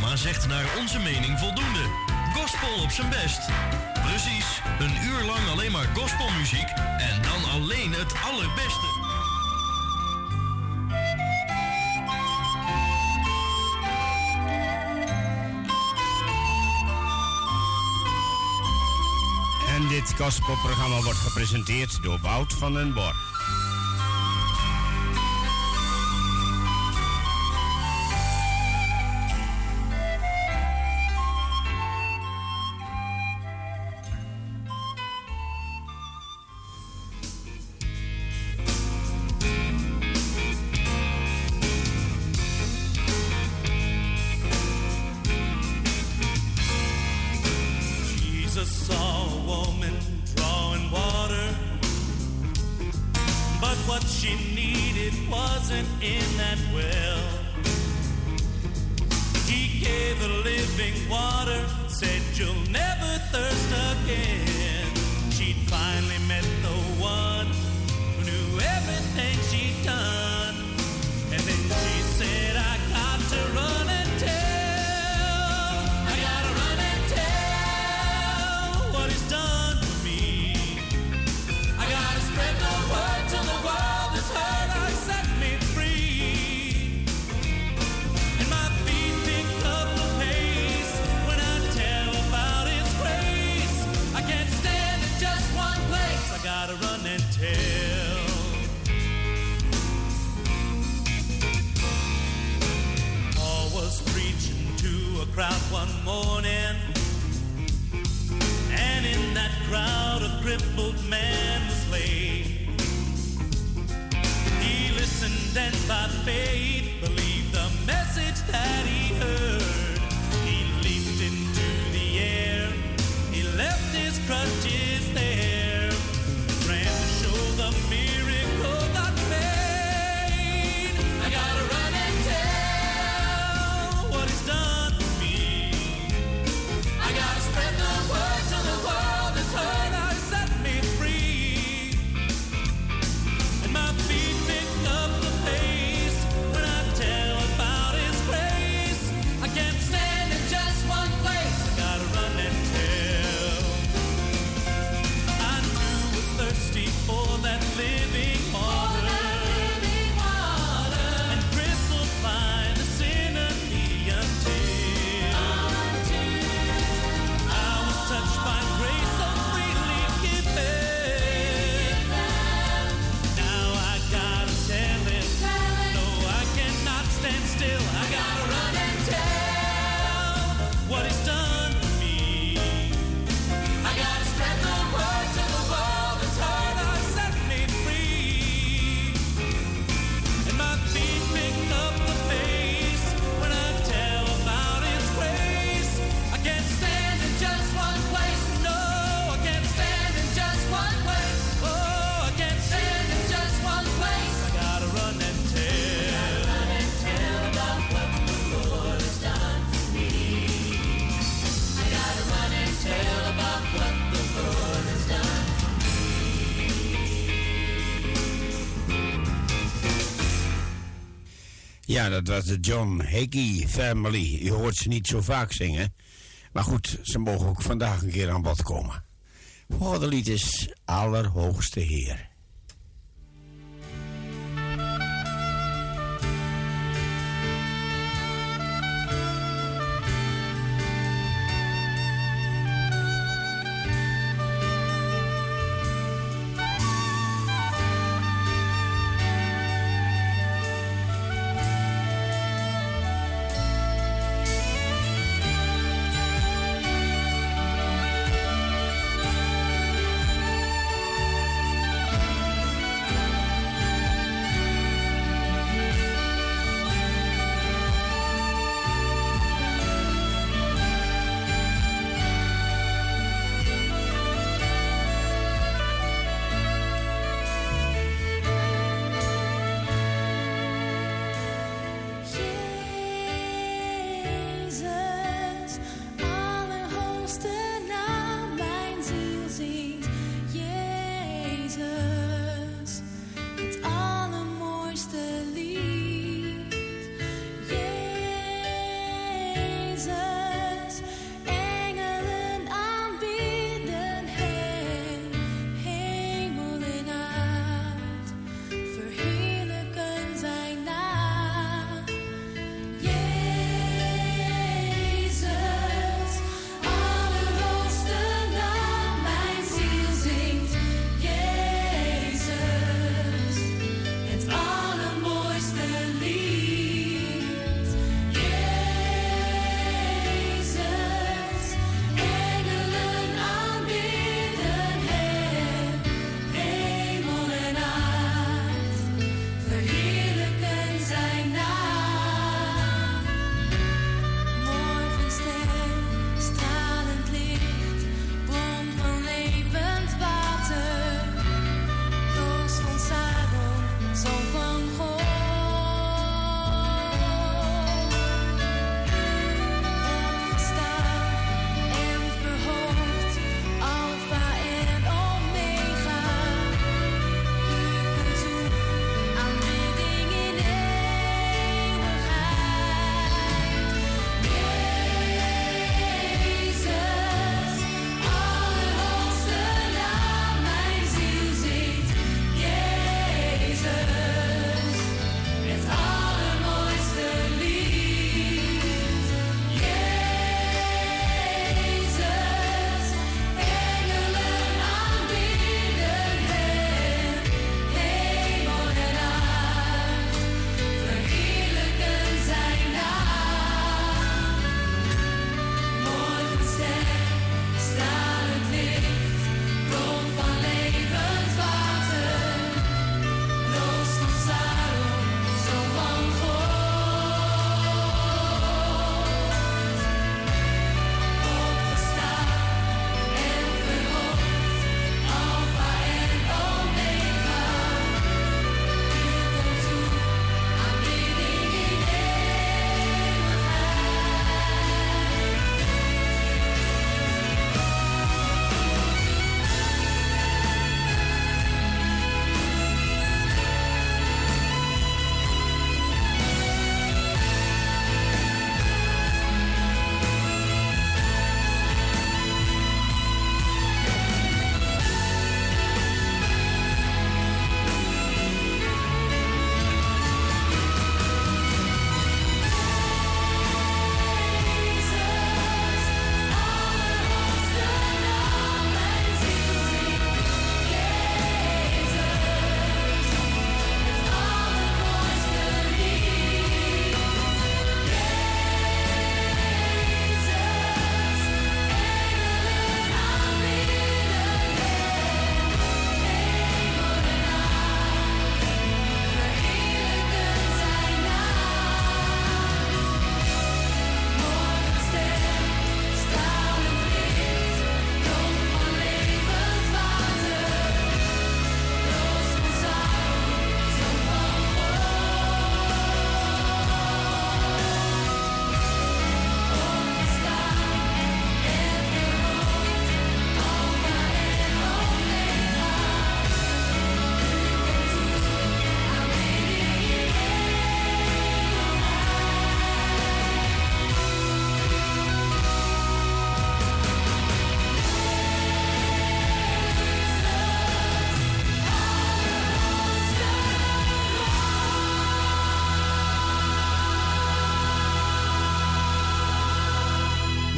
programma zegt naar onze mening voldoende. Gospel op zijn best. Precies, een uur lang alleen maar gospelmuziek en dan alleen het allerbeste. En dit gospelprogramma wordt gepresenteerd door Wout van den Borg. Ja, dat was de John Hickey Family. Je hoort ze niet zo vaak zingen. Maar goed, ze mogen ook vandaag een keer aan bod komen. Volgende lied is Allerhoogste Heer.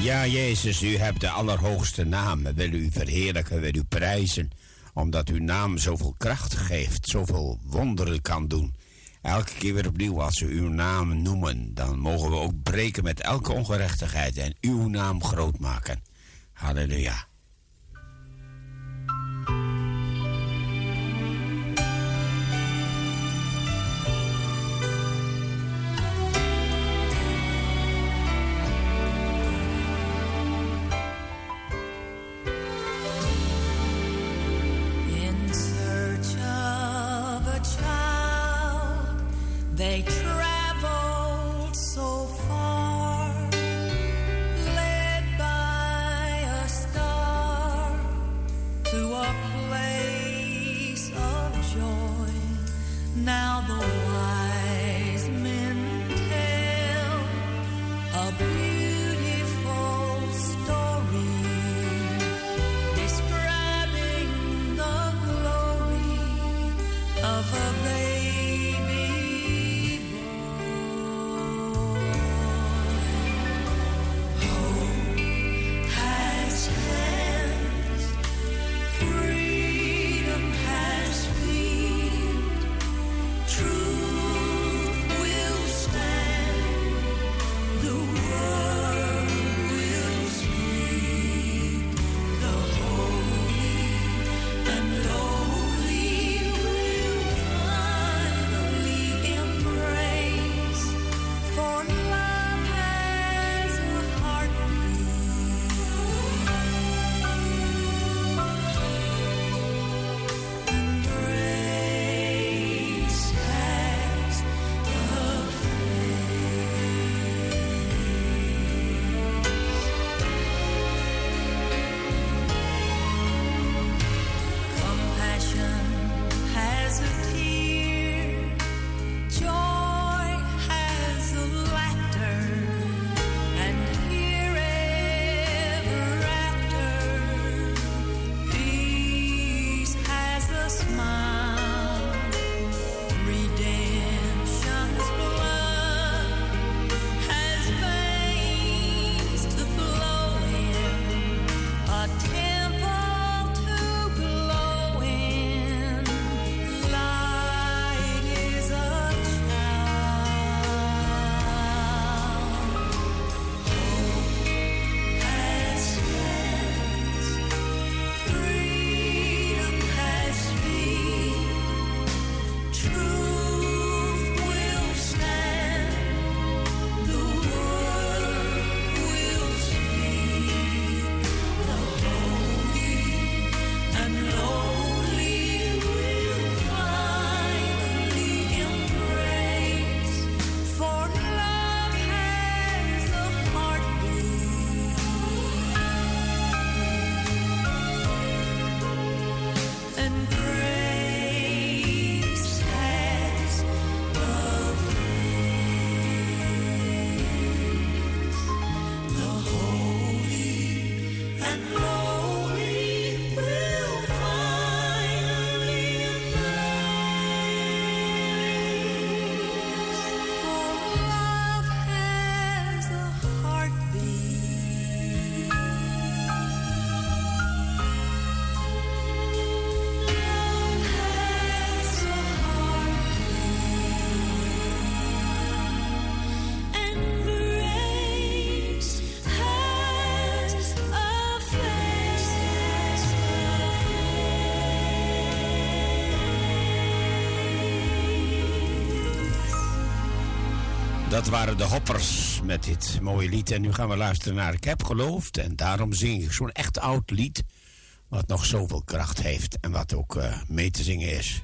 Ja, Jezus, u hebt de allerhoogste naam. We willen u verheerlijken, we willen u prijzen. Omdat uw naam zoveel kracht geeft, zoveel wonderen kan doen. Elke keer weer opnieuw, als we uw naam noemen, dan mogen we ook breken met elke ongerechtigheid en uw naam groot maken. Halleluja. They traveled so far, led by a star to a place of joy. Now the wise men tell a beautiful story describing the glory of a baby. Dat waren de Hoppers met dit mooie lied. En nu gaan we luisteren naar Ik heb geloofd. En daarom zing ik zo'n echt oud lied. Wat nog zoveel kracht heeft. En wat ook mee te zingen is.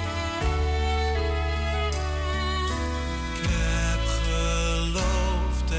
Ik heb geloofd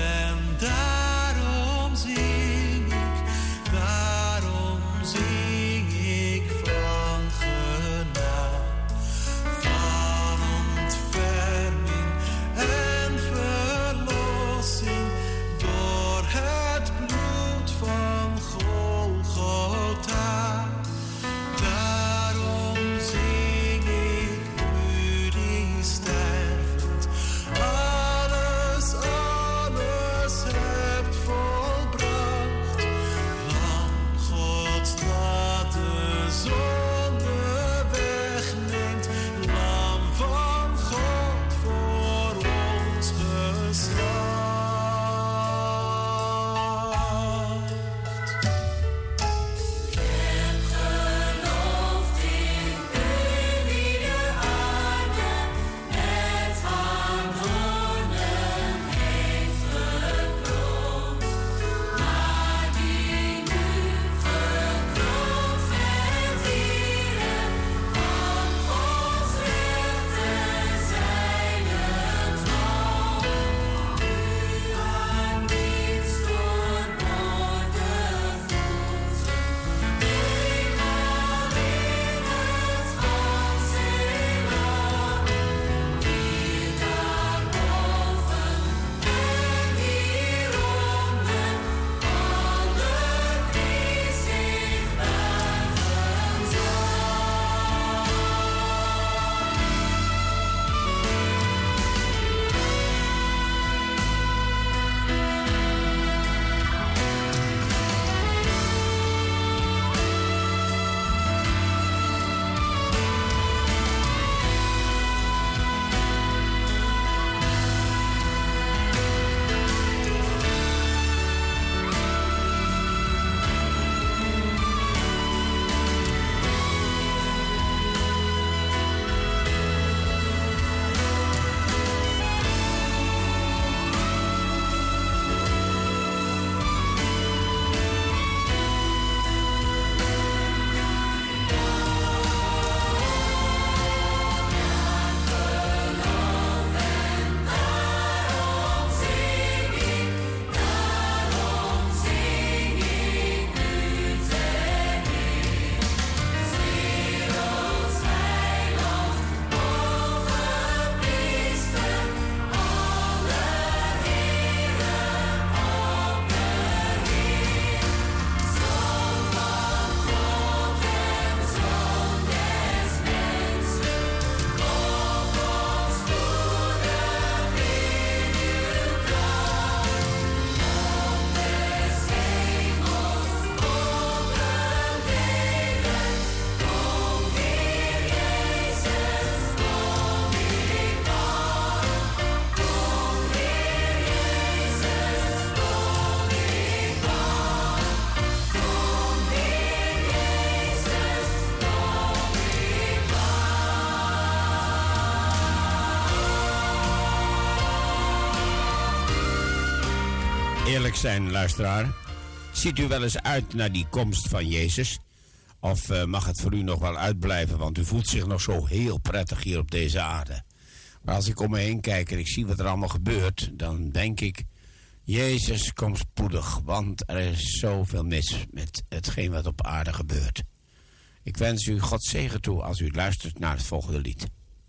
eerlijk zijn, luisteraar? Ziet u wel eens uit naar die komst van Jezus? Of mag het voor u nog wel uitblijven, want u voelt zich nog zo heel prettig hier op deze aarde? Maar als ik om me heen kijk en ik zie wat er allemaal gebeurt, dan denk ik, Jezus komt spoedig, want er is zoveel mis met hetgeen wat op aarde gebeurt. Ik wens u God zegen toe als u luistert naar het volgende lied.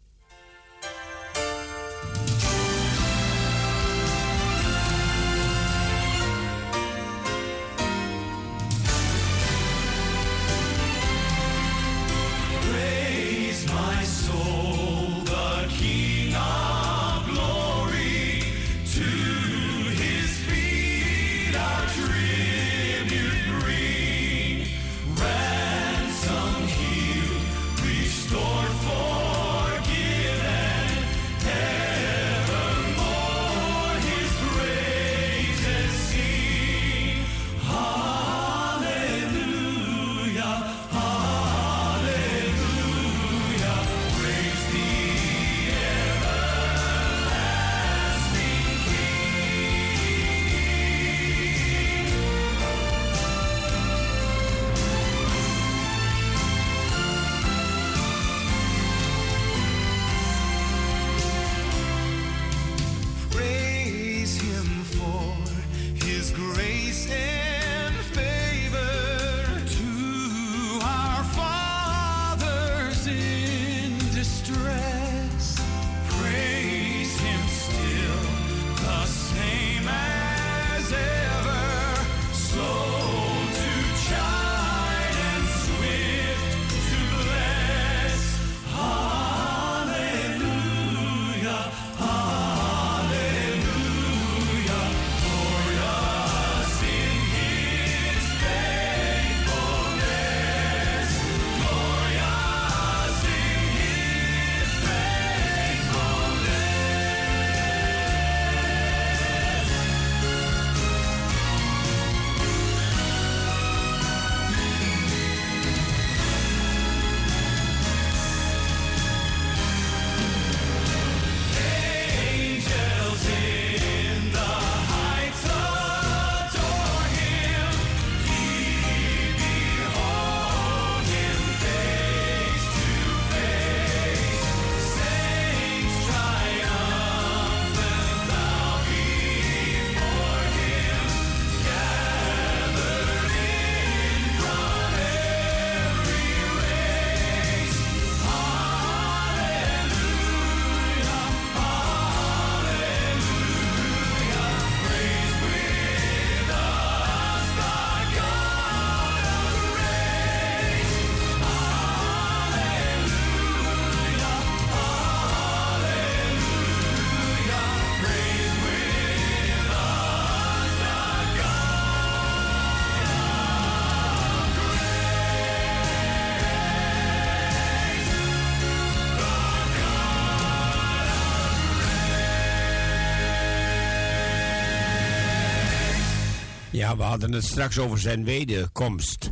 Ja, we hadden het straks over zijn wederkomst.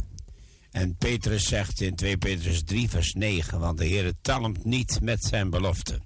En Petrus zegt in 2 Petrus 3 vers 9, want de Heer talmt niet met zijn belofte.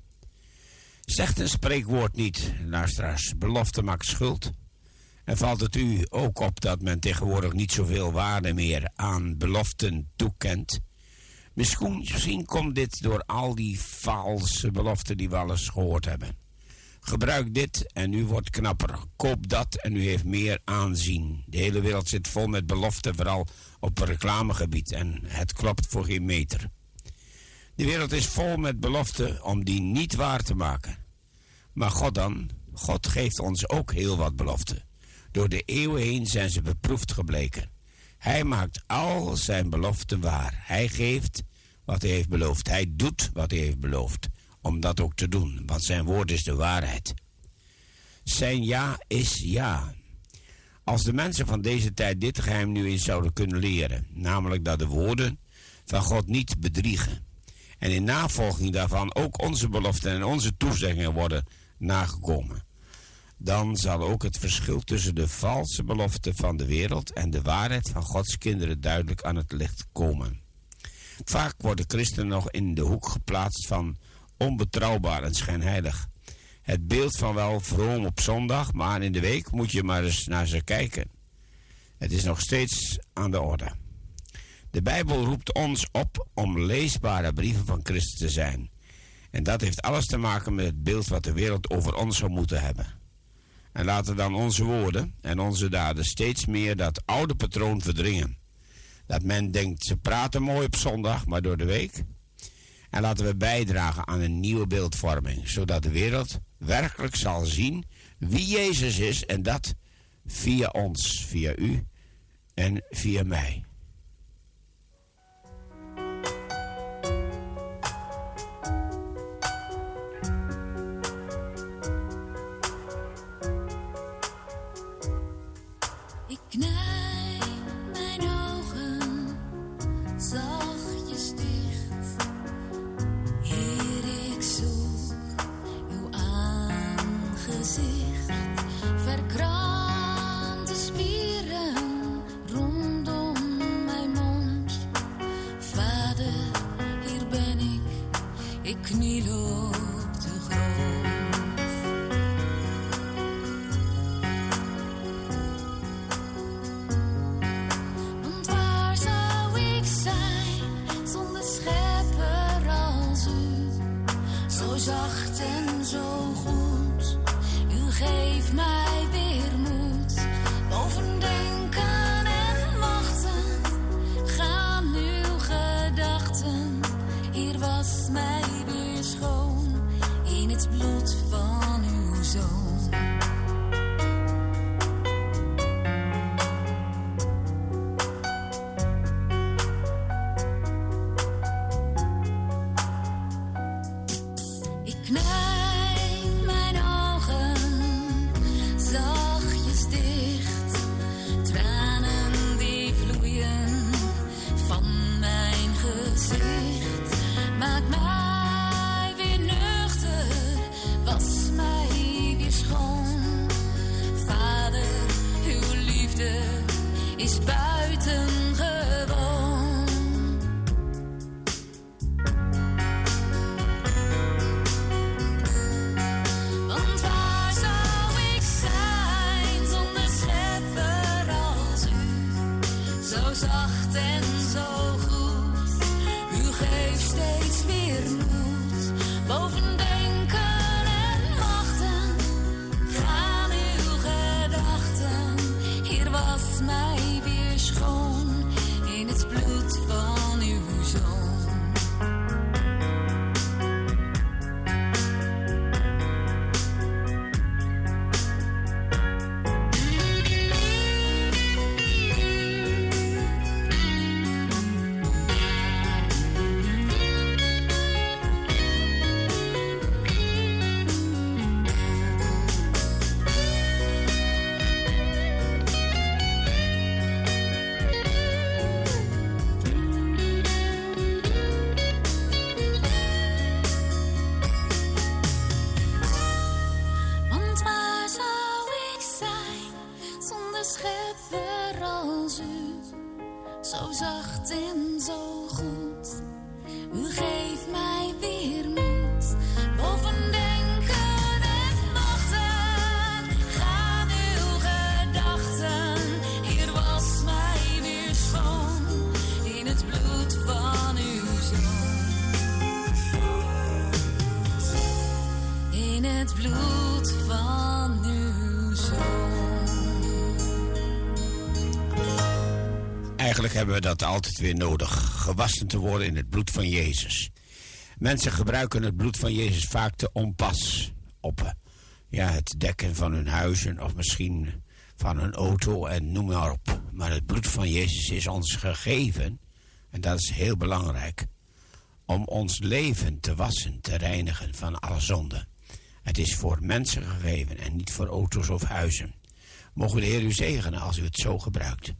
Zegt een spreekwoord niet, luisteraars, belofte maakt schuld. En valt het u ook op dat men tegenwoordig niet zoveel waarde meer aan beloften toekent? Misschien komt dit door al die valse beloften die we al eens gehoord hebben. Gebruik dit en u wordt knapper. Koop dat en u heeft meer aanzien. De hele wereld zit vol met beloften, vooral op reclamegebied. En het klopt voor geen meter. De wereld is vol met beloften om die niet waar te maken. Maar God dan? God geeft ons ook heel wat beloften. Door de eeuwen heen zijn ze beproefd gebleken. Hij maakt al zijn beloften waar. Hij geeft wat hij heeft beloofd. Hij doet wat hij heeft beloofd. Om dat ook te doen, want zijn woord is de waarheid. Zijn ja is ja. Als de mensen van deze tijd dit geheim nu eens zouden kunnen leren, namelijk dat de woorden van God niet bedriegen, en in navolging daarvan ook onze beloften en onze toezeggingen worden nagekomen, dan zal ook het verschil tussen de valse beloften van de wereld en de waarheid van Gods kinderen duidelijk aan het licht komen. Vaak worden christenen nog in de hoek geplaatst van onbetrouwbaar en schijnheilig. het beeld van wel vroom op zondag, maar in de week moet je maar eens naar ze kijken. Het is nog steeds aan de orde. De Bijbel roept ons op om leesbare brieven van Christus te zijn. En dat heeft alles te maken met het beeld wat de wereld over ons zou moeten hebben. En laten dan onze woorden en onze daden steeds meer dat oude patroon verdringen. Dat men denkt, ze praten mooi op zondag, maar door de week. En laten we bijdragen aan een nieuwe beeldvorming, zodat de wereld werkelijk zal zien wie Jezus is. En dat via ons, via u en via mij. Ik knijp mijn ogen zachtjes dicht. Heer, ik zoek uw aangezicht. Verkrampte spieren rondom mijn mond. Vader, hier ben ik kniel op de grond. Want waar zou ik zijn zonder schepper als u? Zo zacht en zo goed, u geeft mij weer moed. Boven denken en wachten gaan uw gedachten. Hier was mij weer schoon in het bloed van uw zoon. Ik knijp mijn ogen zachtjes dicht. Tranen die vloeien van mijn gezicht. Maak mij weer nuchter, was mij weer schoon. Vader, uw liefde is buitengewoon. Want waar zou ik zijn zonder schepper als u? Zo zacht en zo goed, u geeft steeds weer moed. Boven denken en wachten gaan uw gedachten. Hier was mij weer schoon in het bloed van uw zoon. Want waar zou ik zijn zonder schepper als u? Zo zacht en zo goed, u geeft mij weer moed. Boven denken en wachten gaan uw gedachten. Hier was mij weer schoon in het bloed van uw zoon. In het bloed van uw zoon. Eigenlijk hebben we dat altijd weer nodig. Gewassen te worden in het bloed van Jezus. Mensen gebruiken het bloed van Jezus vaak te onpas. Op het dekken van hun huizen of misschien van hun auto en noem maar op. Maar het bloed van Jezus is ons gegeven. En dat is heel belangrijk. Om ons leven te wassen, te reinigen van alle zonde. Het is voor mensen gegeven en niet voor auto's of huizen. Mogen de Heer u zegenen als u het zo gebruikt.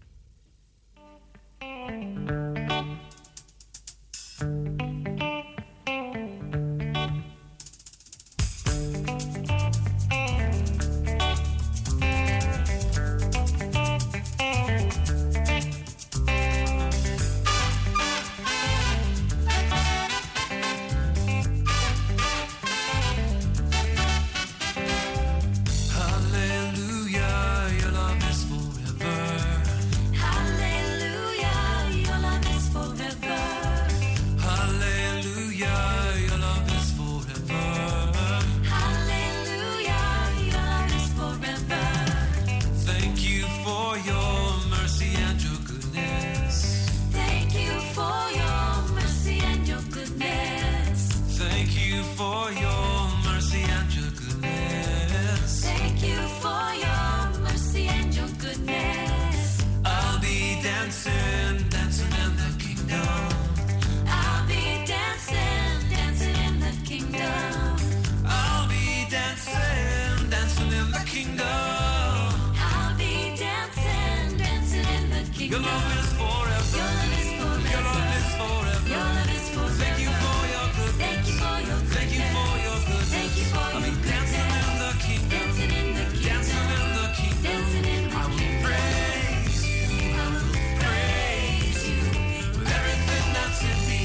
for your mercy and your goodness. Thank you for your mercy and your goodness. I'll be dancing, dancing in the kingdom. I'll be dancing, dancing in the kingdom. I'll be dancing, dancing in the kingdom. I'll be dancing, dancing in the kingdom. Your love is forever. Your love is forever. Your love is forever. Your love is forever. Thank you for your goodness. Thank you for your goodness. Thank you for your goodness. Thank you for I'll your be dancing in the kingdom. Dancing in the kingdom. Dancing in the kingdom. Dancing in the I will kingdom. praise you. I will praise you. With everything that's in me.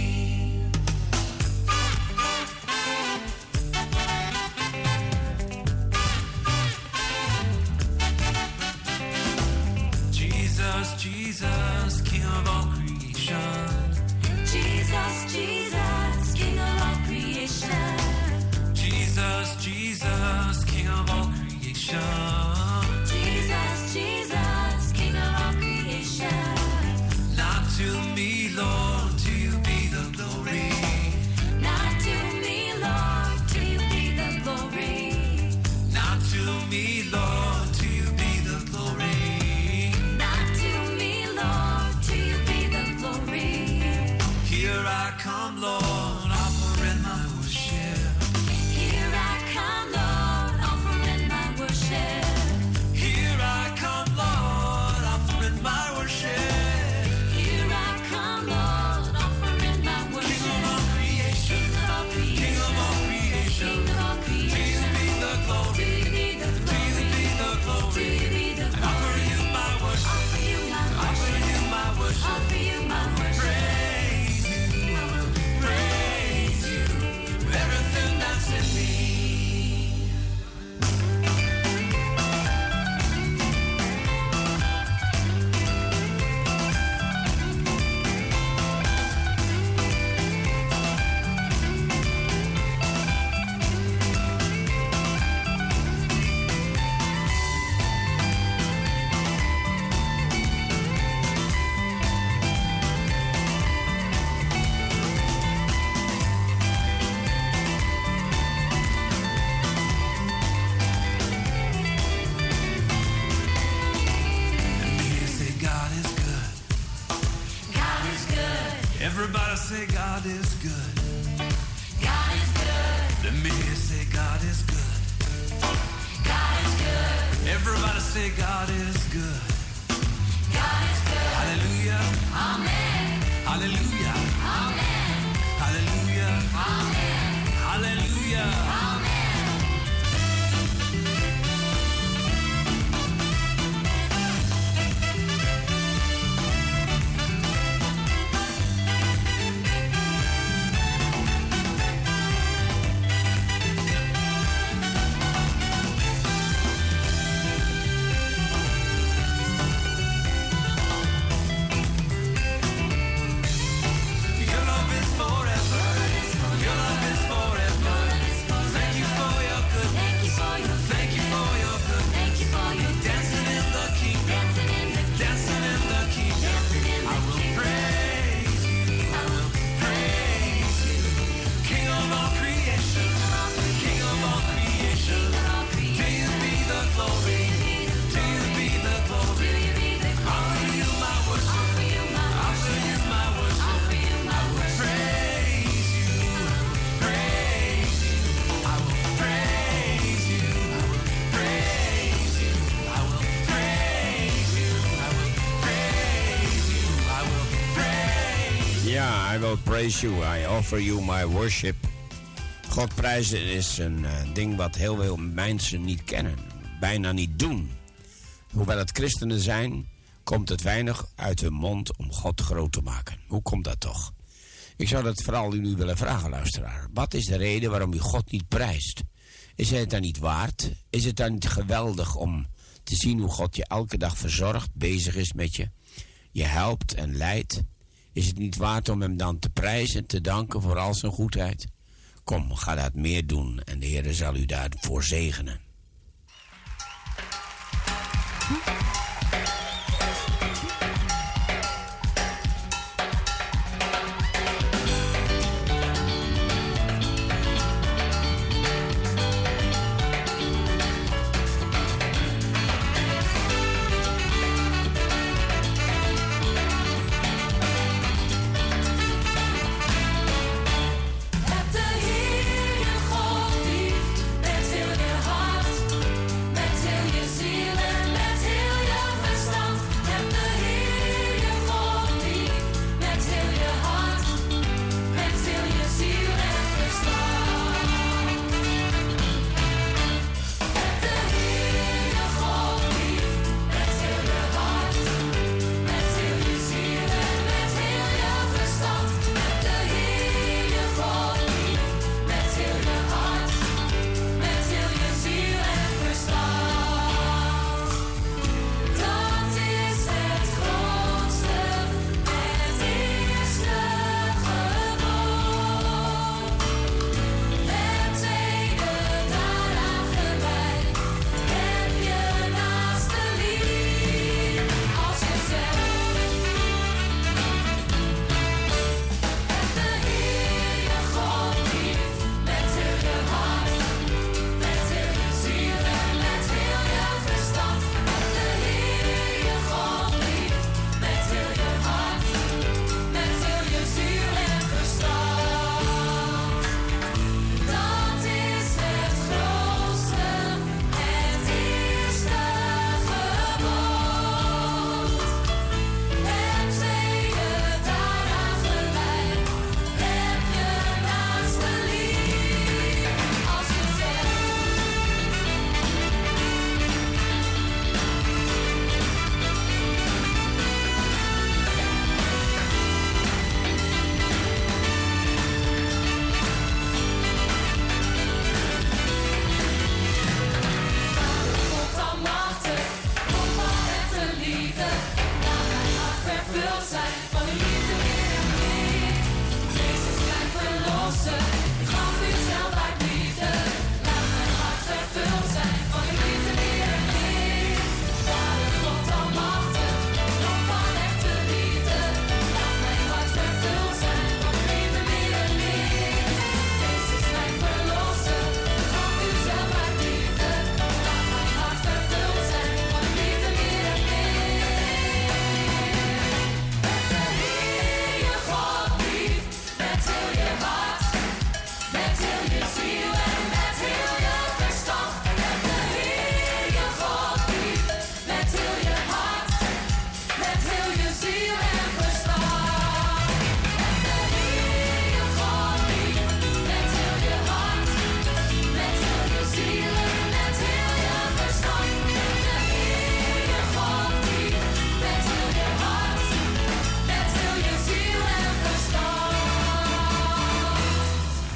Jesus, Jesus, King of all creation. Jesus, Jesus, King of all creation. Jesus, Jesus, King of all creation. Jesus, Jesus, King of all creation. Not to me, Lord, to you be the glory. Not to me, Lord, to you be the glory. Not to me, Lord, to you be the glory. Not to me, Lord, to you be the glory. Here I come, Lord, offering my worship. Here I come, Lord, offering my worship. Here I come, Lord, offering my worship. Here I come, Lord, offering my worship. King of all creation, King of all creation. King of all creation. King of all To you creation. be the To glory. you be the To you glory. be the To glory. you be the And offer glory. you my worship. Offer you my Offer worship. you my worship. Offer you my worship. Praise you. Praise you. With everything that's in me. And me say God is good. God is good. Everybody say God is good. God is good. Let me hear say God is good. God is good. Everybody say God is good. God is good. Hallelujah. Amen. Hallelujah. Amen. Hallelujah. Amen. Hallelujah. Amen. Your love is forever. Your love is forever. Thank you for your goodness. Thank you for your Thank you for your goodness. Thank you for your Dancing in the kingdom. dancing in the Dancing in the kingdom. dancing in I the will kingdom. praise you. I will praise you. King of all creation. King of all creation. To you be the glory. To you be the glory. Offer you my worship. Offer you my worship. I will praise you. Praise you. I will praise you. I will praise you. I will praise you. I will praise you. I will praise you. Ja, I will praise you. I offer you my worship. God prijzen is een ding wat heel veel mensen niet kennen. Bijna niet doen. Hoewel het christenen zijn, komt het weinig uit hun mond om God groot te maken. Hoe komt dat toch? Ik zou dat vooral u willen vragen, luisteraar. Wat is de reden waarom u God niet prijst? Is hij het dan niet waard? Is het dan niet geweldig om te zien hoe God je elke dag verzorgt, bezig is met je, je helpt en leidt? Is het niet waard om hem dan te prijzen en te danken voor al zijn goedheid? Kom, ga dat meer doen en de Heer zal u daarvoor zegenen.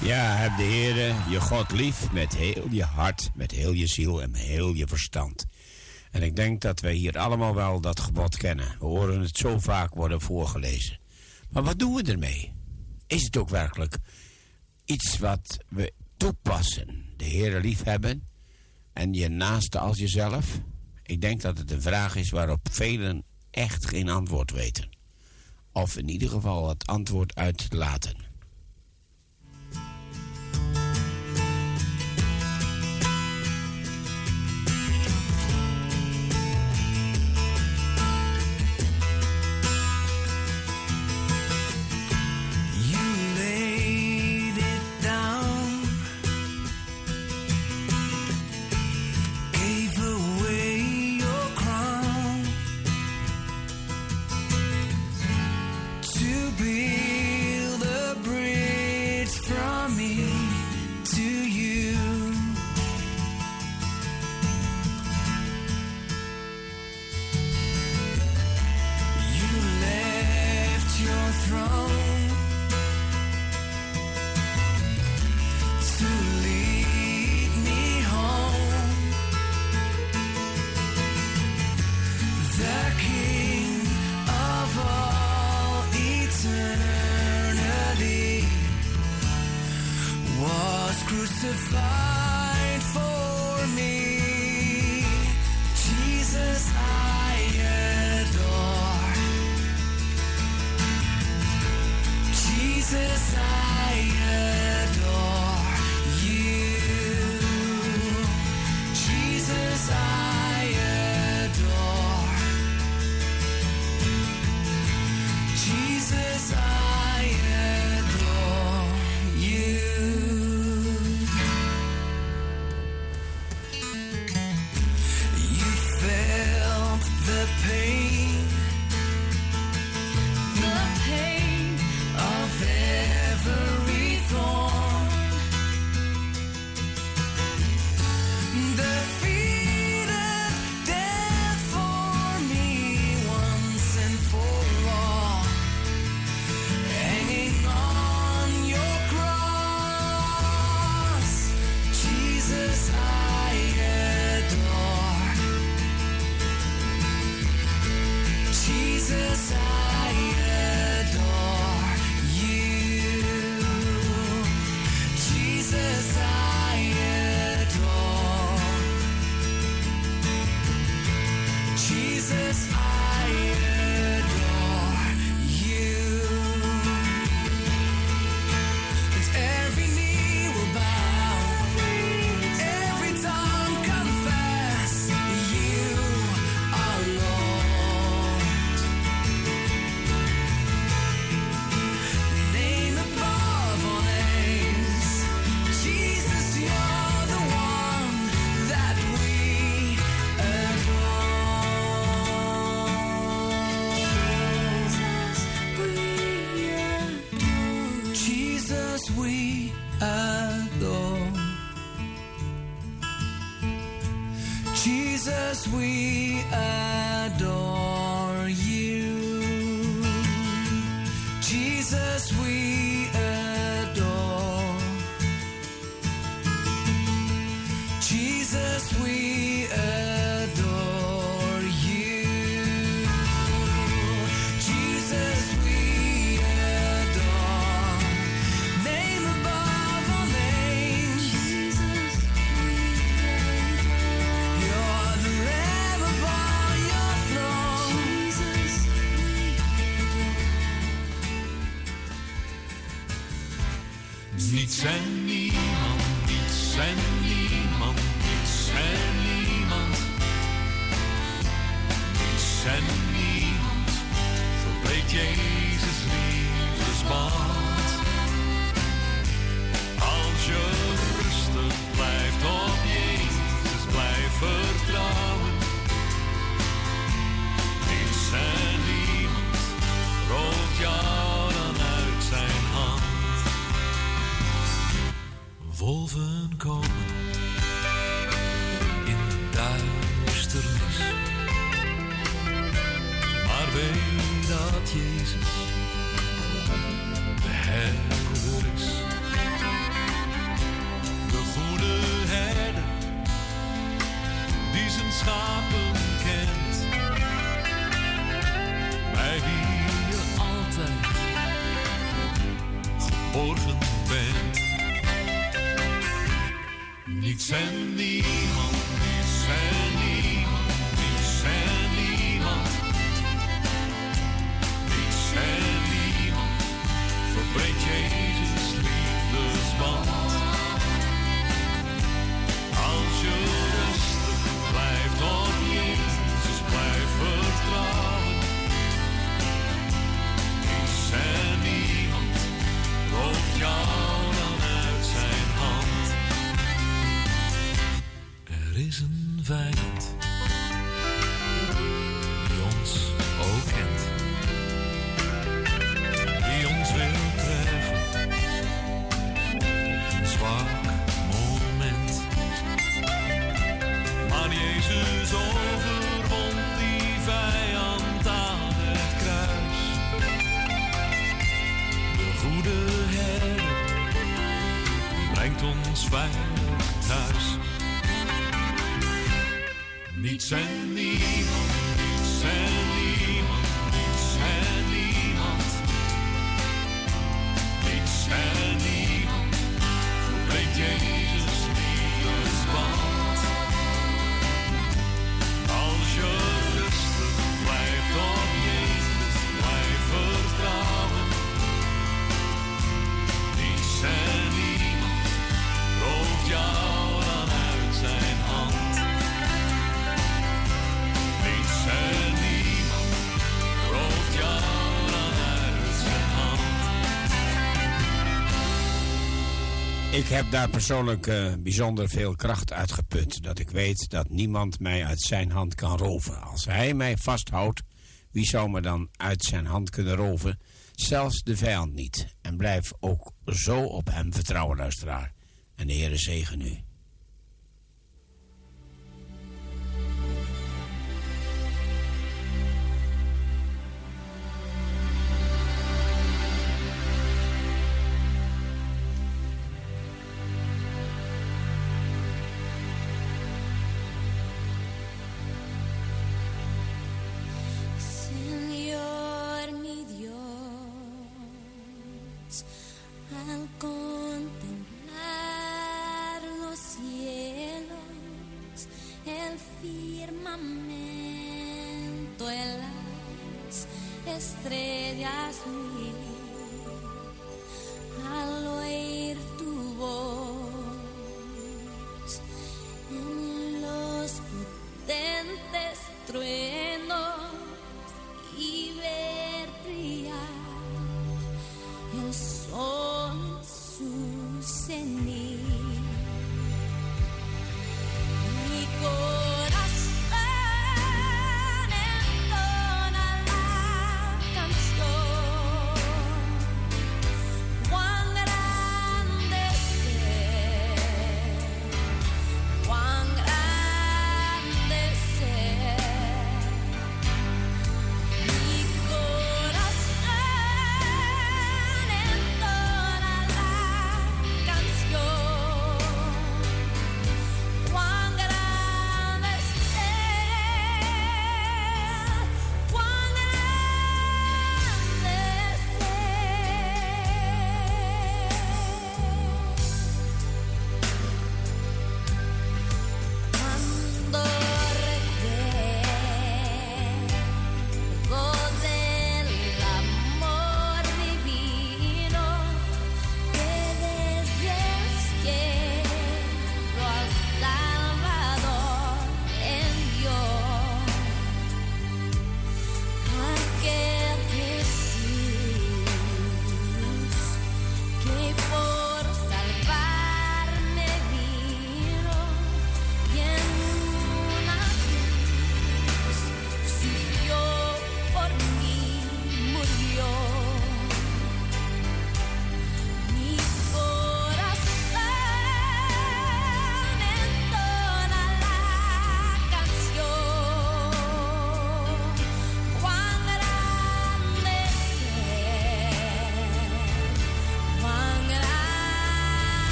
Ja, heb de Heere je God lief met heel je hart, met heel je ziel en met heel je verstand. En ik denk dat wij hier allemaal wel dat gebod kennen. We horen het zo vaak worden voorgelezen. Maar wat doen we ermee? Is het ook werkelijk iets wat we toepassen? De Heere lief hebben en je naaste als jezelf? Ik denk dat het een vraag is waarop velen echt geen antwoord weten. Of in ieder geval het antwoord uitlaten. Crucified for me, Jesus I adore, Jesus I adore you, Jesus I adore, Jesus I adore you. Jesus, we adore you. Jesus, we adore. Jesus, we adore you. Jesus, we adore. Name above all names. Jesus, you're the Lamb upon your throne. Jesus, Niets en niemand, niets en niemand, niets en niemand. Niets en niemand verbreekt Jezus liefdesband. Als je rustig blijft op Jezus, blijf vertrouwen. Niets en niemand rooft jou dan uit zijn hand. Wolven komen in de duisternis, maar weet dat Jezus de herder is. Niets en niemand, niets en niemand, niets en niemand. Niets en niemand verbreekt Jezus liefdesband. Als je rustig blijft op Jezus, blijf vertrouwen. Niets en niemand rooft jou dan uit zijn hand. Er is een vijand die ons ook kent, die ons wil treffen, een zwak moment. Maar Jezus overwon die vijand aan het kruis. De goede herder brengt ons veilig thuis. Niets en niemand, niets en niemand, niets en niemand. Niets en niemand verbreekt Jezus liefdesband. Als je rustig blijft op Jezus, blijf vertrouwen. Niets en niemand rooft jou dan uit zijn hand. Niets en niemand rooft jou dan uit zijn hand. Ik heb daar persoonlijk bijzonder veel kracht uit geput. Dat ik weet dat niemand mij uit zijn hand kan roven. Als hij mij vasthoudt, wie zou me dan uit zijn hand kunnen roven? Zelfs de vijand niet. En blijf ook zo op hem vertrouwen, luisteraar. En de Heere zegen u. Señor mi Dios, al contemplar los cielos, el firmamento, las estrellas mil, al oír tu voz en los potentes truenos y ver brillar el sol en su cenit. Mi corazón entona la canción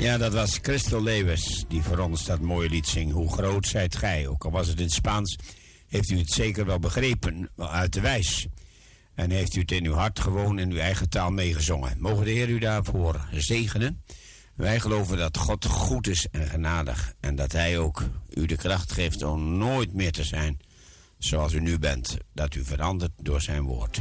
Ja, dat was Crystal Lewis die voor ons dat mooie lied zingt. Hoe groot zijt gij? Ook al was het in het Spaans, heeft u het zeker wel begrepen uit de wijs. En heeft u het in uw hart gewoon in uw eigen taal meegezongen. Mogen de Heer u daarvoor zegenen. Wij geloven dat God goed is en genadig. En dat Hij ook u de kracht geeft om nooit meer te zijn zoals u nu bent. Dat u verandert door zijn woord.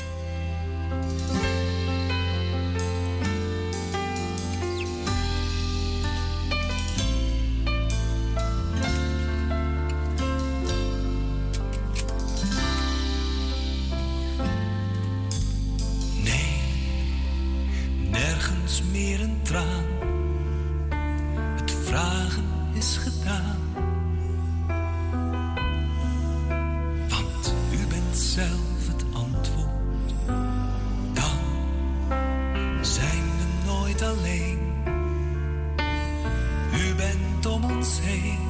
Nergens meer een traan, het vragen is gedaan. Want u bent zelf het antwoord. Dan zijn we nooit alleen. U bent om ons heen.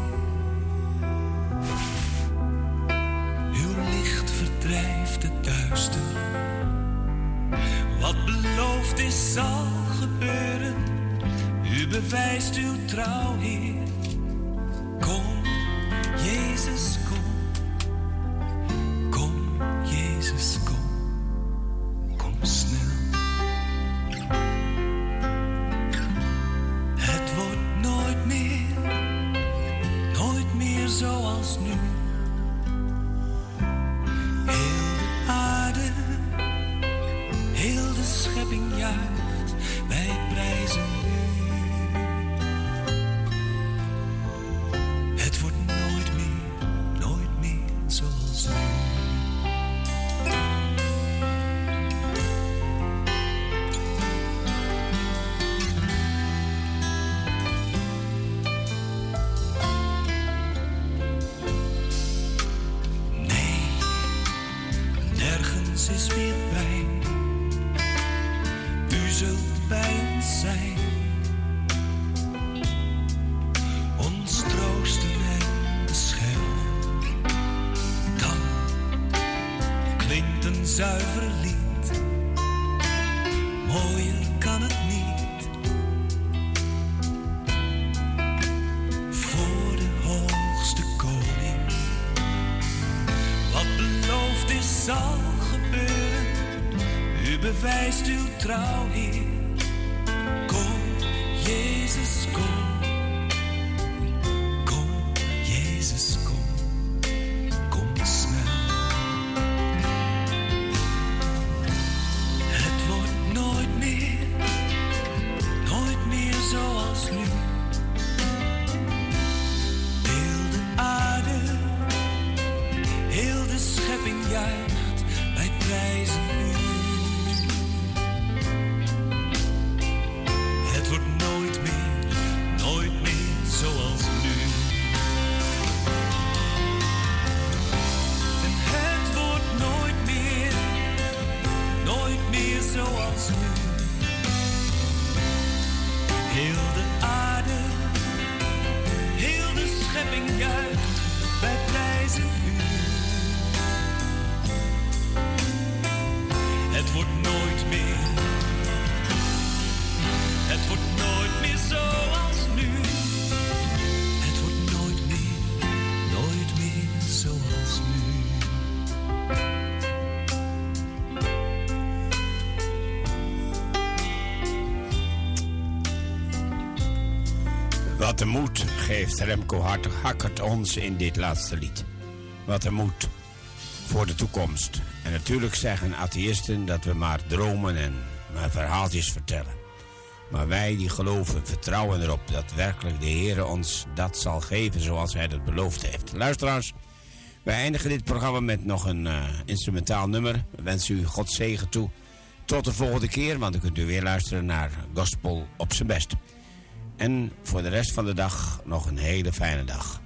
Uw licht verdrijft het duister. Wat beloofd is zal gebeuren. U bewijst uw trouw, Heer. Kom, Jezus, kom. Kom, Jezus, kom. Kom snel. Het wordt nooit meer zoals nu. Heel de schepping juicht, wij prijzen u. Het wordt nooit meer zoals nu. Nee, nergens is meer pijn. U zult bij ons zijn, ons troosten en beschermen. Dan klinkt een zuiver lied, mooier kan het niet. Voor de hoogste koning, wat beloofd is zal gebeuren. U bewijst uw trouw, Heer. Kom, Jezus, kom. Kom, Jezus, kom. Kom snel. Het wordt nooit meer zoals nu. Heel de aarde, heel de schepping juicht, wij prijzen u. Het wordt nooit meer zoals nu. En het wordt nooit meer zoals nu. Heel de aarde, heel de schepping juicht, wij prijzen u. Het wordt nooit meer zoals nu. Het wordt nooit meer zoals nu. Wat een moed geeft Remco Hackert ons in dit laatste lied. Wat een moed voor de toekomst. En natuurlijk zeggen atheïsten dat we maar dromen en maar verhaaltjes vertellen. Maar wij die geloven, vertrouwen erop dat werkelijk de Heer ons dat zal geven zoals Hij dat beloofd heeft. Luisteraars, wij eindigen dit programma met nog een instrumentaal nummer. We wensen u Gods zegen toe. Tot de volgende keer, want dan kunt u weer luisteren naar Gospel op zijn best. En voor de rest van de dag nog een hele fijne dag.